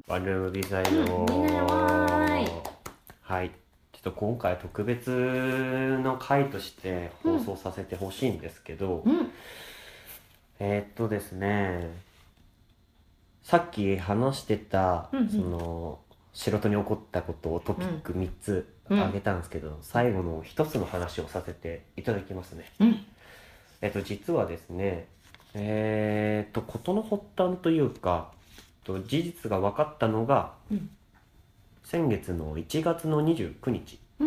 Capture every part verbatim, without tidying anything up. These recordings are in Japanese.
ワルームビザイの、 うん、みんなやばーい。 はい、ちょっと今回特別の回として放送させてほしいんですけど、 うん、 えー、っとですねさっき話してた、 うんうん、 その仕事に起こったことをトピックみっつうん挙げたんですけど、最後のひとつの話をさせていただきますね。 うん、 えっと実はですねえー、っと事の発端というかと事実が分かったのが、 うん、 先月のいちがつのにじゅうくにちうん、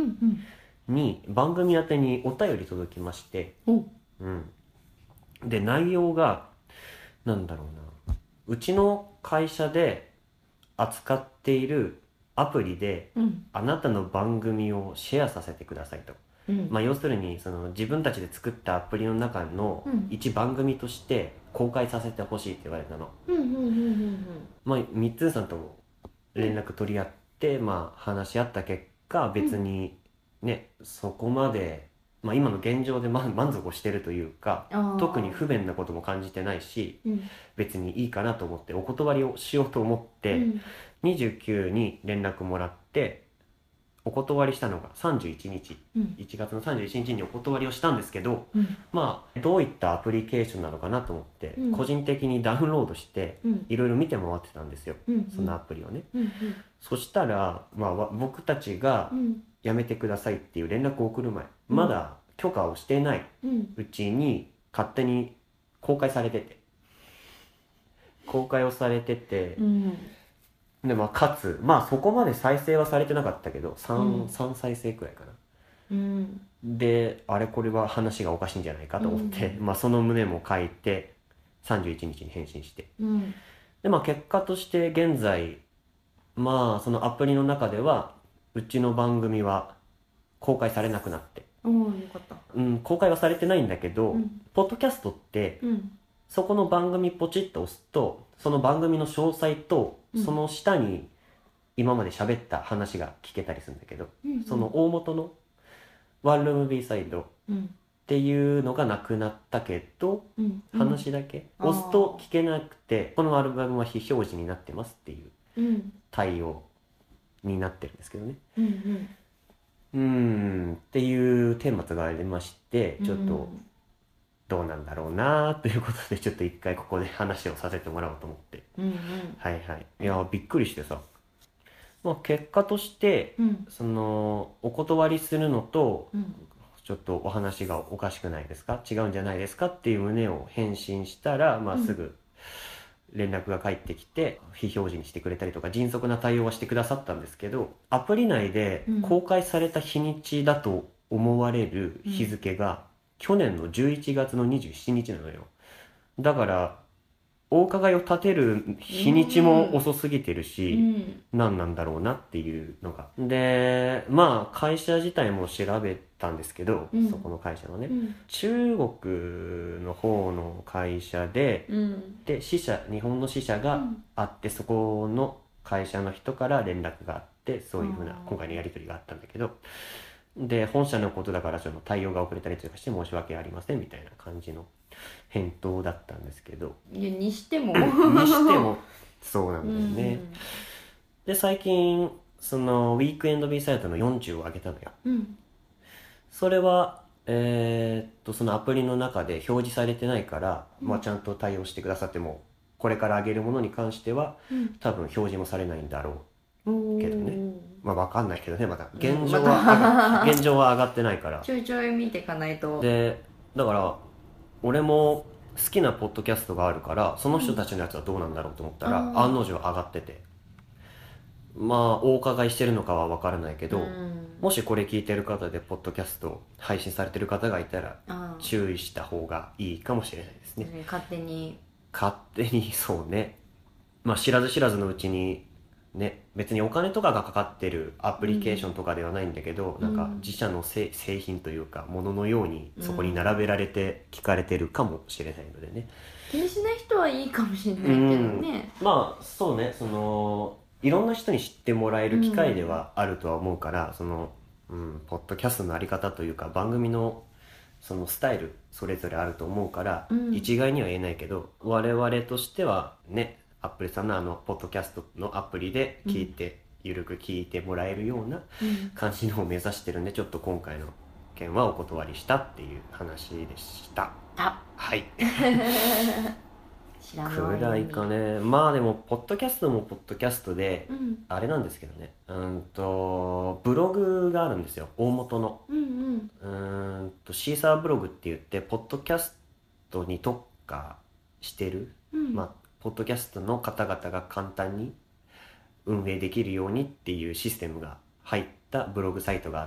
に番組宛てにお便り届きまして、 うん、 うん、で内容がなんだろうな、うちの会社で扱っているアプリで、 うん、 あなたの番組をシェアさせてくださいと、 うん、 まあ、要するにその自分たちで作ったアプリの中のうん一番組として公開させてほしいって言われたの、 うん、うん、うん、 まあ、みっつんさんとも連絡取り合って、まあ、話し合った結果別にね、そこまで、まあ、今の現状で満満足をしてるというか、特に不便なことも感じてないし、 うん、 別にいいかなと思ってお断りをしようと思って、 うん、 にじゅうくに連絡もらってお断りしたのがさんじゅういちにち、 うん、 いちがつのさんじゅういちにちにお断りをしたんですけど、 うん、 まあどういったアプリケーションなのかなと思って、 うん個人的にダウンロードしてうん、 いろいろ見て回ってたんですよ、 うん、 そのアプリをね。 うん、 そしたら、まあ、わ僕たちがうん、 やめてくださいっていう連絡を送る前、 うんまだ許可をしてないうん、 うちに勝手に公開されてて公開をされてて、 うん、 でまあかつまあそこまで再生はされてなかったけど 3,、 うん、 さん再生くらいかな。 うん、 であれこれは話がおかしいんじゃないかと思って、 うん、 まあその旨も書いてさんじゅういちにちに返信して、 うん、 でまあ結果として現在まあそのアプリの中ではうちの番組は公開されなくなって、 おー、よかった。 うん、公開はされてないんだけど、 うん、 ポッドキャストってうん、 そこの番組ポチッと押すとその番組の詳細とうんその下に今まで喋った話が聞けたりするんだけど、 うん、 その大元のワンルーム B サイドっうん、 ていうのがなくなったけど、 うん、 話だけあー押すと聞けなくて、このアルバムは非表示になってますっていううん、 対応になってるんですけどね。 うん、 うーんっていう顛末がありまして、ちょっとうんどうなんだろうなということでちょっと一回ここで話をさせてもらおうと思って、 うん、うん、 はいはい、いやびっくりしてさ、まあ、結果としてうん、 そのお断りするのと、 うん、 ちょっとお話がおかしくないですか、違うんじゃないですかっていう旨を返信したら、まあ、すぐ連絡が返ってきて非表示にしてくれたりとか迅速な対応はしてくださったんですけど、アプリ内で公開された日にちだと思われる日付が去年のじゅういちがつのにじゅうしちにちなのよ。だからお伺いを立てる日にちも遅すぎてるし、 うん、 何なんだろうなっていうのが。でまあ会社自体も調べたんですけど、 うんそこの会社のね、 うん、 中国の方の会社で、 うん、 で支社日本の支社があって、そこの会社の人から連絡があって、そういうふうなあー今回のやり取りがあったんだけど、で本社のことだからその対応が遅れたりとかして申し訳ありませんみたいな感じの返答だったんですけど、 いやにしてもにしてもそうなんだよね、で最近そのウィークエンド B サイトのよんじゅうを上げたのよ。 うん、 それはえーっとそのアプリの中で表示されてないから、 うんまあ、ちゃんと対応してくださってもこれから上げるものに関してはうん多分表示もされないんだろおうけどね。 ーまあ分かんないけどね、まだ現うん状は、 また現状は上がってないから。 ちょいちょい見ていかないと。 でだから俺も好きなポッドキャストがあるからその人たちのやつはどうなんだろうと思ったら、 うん案の定上がってて、まあお伺いしてるのかは分からないけど、 うんもしこれ聞いてる方でポッドキャスト配信されてる方がいたらあー注意した方がいいかもしれないですね。 勝手に勝手にそうね、まあ知らず知らずのうちにね、別にお金とかがかかってるアプリケーションとかではないんだけど、 うんなんか自社のせ製品というかもののようにそこに並べられて聞かれてるかもしれないのでね、 気にしない人はいいかもしれないけどね。 まあそうね、そのいろんな人に知ってもらえる機会ではあるとは思うから、うん、その、うん、ポッドキャストのあり方というか番組のそのスタイルそれぞれあると思うから、 うん、 一概には言えないけど我々としてはね、 アップルさんのあのポッドキャストのアプリで聞いて、うん、ゆるく聞いてもらえるような感じのを目指してるんで、ちょっと今回の件はお断りしたっていう話でした。 あはい知らないくらいかね。まあでもポッドキャストもポッドキャストで、 うん、 あれなんですけどね、うんとブログがあるんですよ、大元の。 うんうん、うんとシーサーブログって言って、ポッドキャストに特化してる、 うん、 まあポッドキャストの方々が簡単に運営できるようにっていうシステムが入ったブログサイトがあって、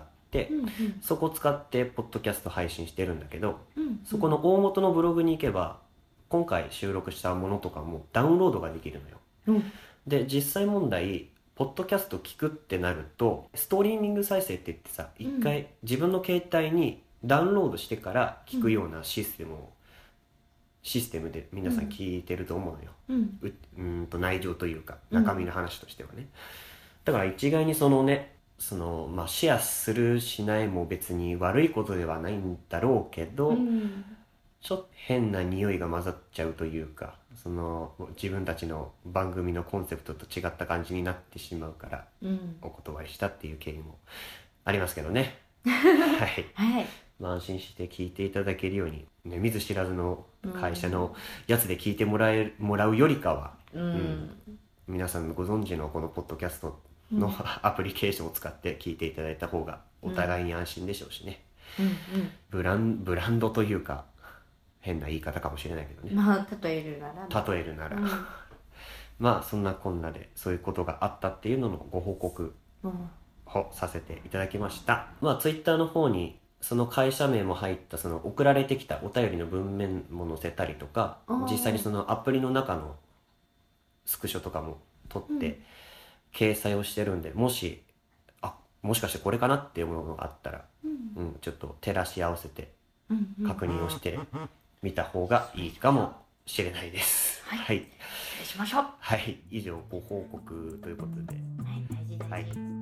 うんうん、 そこを使ってポッドキャスト配信してるんだけど、 うんうん、 そこの大元のブログに行けば今回収録したものとかもダウンロードができるのよ、うん、で実際問題ポッドキャスト聞くってなるとストリーミング再生って言ってさ、一回自分の携帯にダウンロードしてから聞くようなシステムを、うん、システムで皆さん聞いてると思うのよ、うん、ううんと内情というか中身の話としてはね、うん、だから一概にそのねその、まあ、シェアするしないも別に悪いことではないんだろうけど、うん、ちょっと変な匂いが混ざっちゃうというか、その自分たちの番組のコンセプトと違った感じになってしまうから、うん、お断りしたっていう経緯もありますけどねはい、はい、まあ、安心して聞いていただけるように、ね、見ず知らずの会社のやつで聞いてもらえもらうよりかは、うんうん、皆さんのご存知のこのポッドキャストのアプリケーションを使って聞いていただいた方がお互いに安心でしょうしね、うんうん、ブラン、ブランドというか変な言い方かもしれないけどね、 まあ例えるなら例えるなら、うん、まあそんなこんなでそういうことがあったっていうののご報告をさせていただきました、うん、まあツイッターの方にその会社名も入ったその送られてきたお便りの文面も載せたりとか、実際にそのアプリの中のスクショとかも撮って掲載をしてるんで、もしあもしかしてこれかなっていうものがあったら、うんうん、ちょっと照らし合わせて確認をしてみた方がいいかもしれないです。 はい、はい、失礼しましょう。 はい、以上ご報告ということで、 はい、大事大事。はい。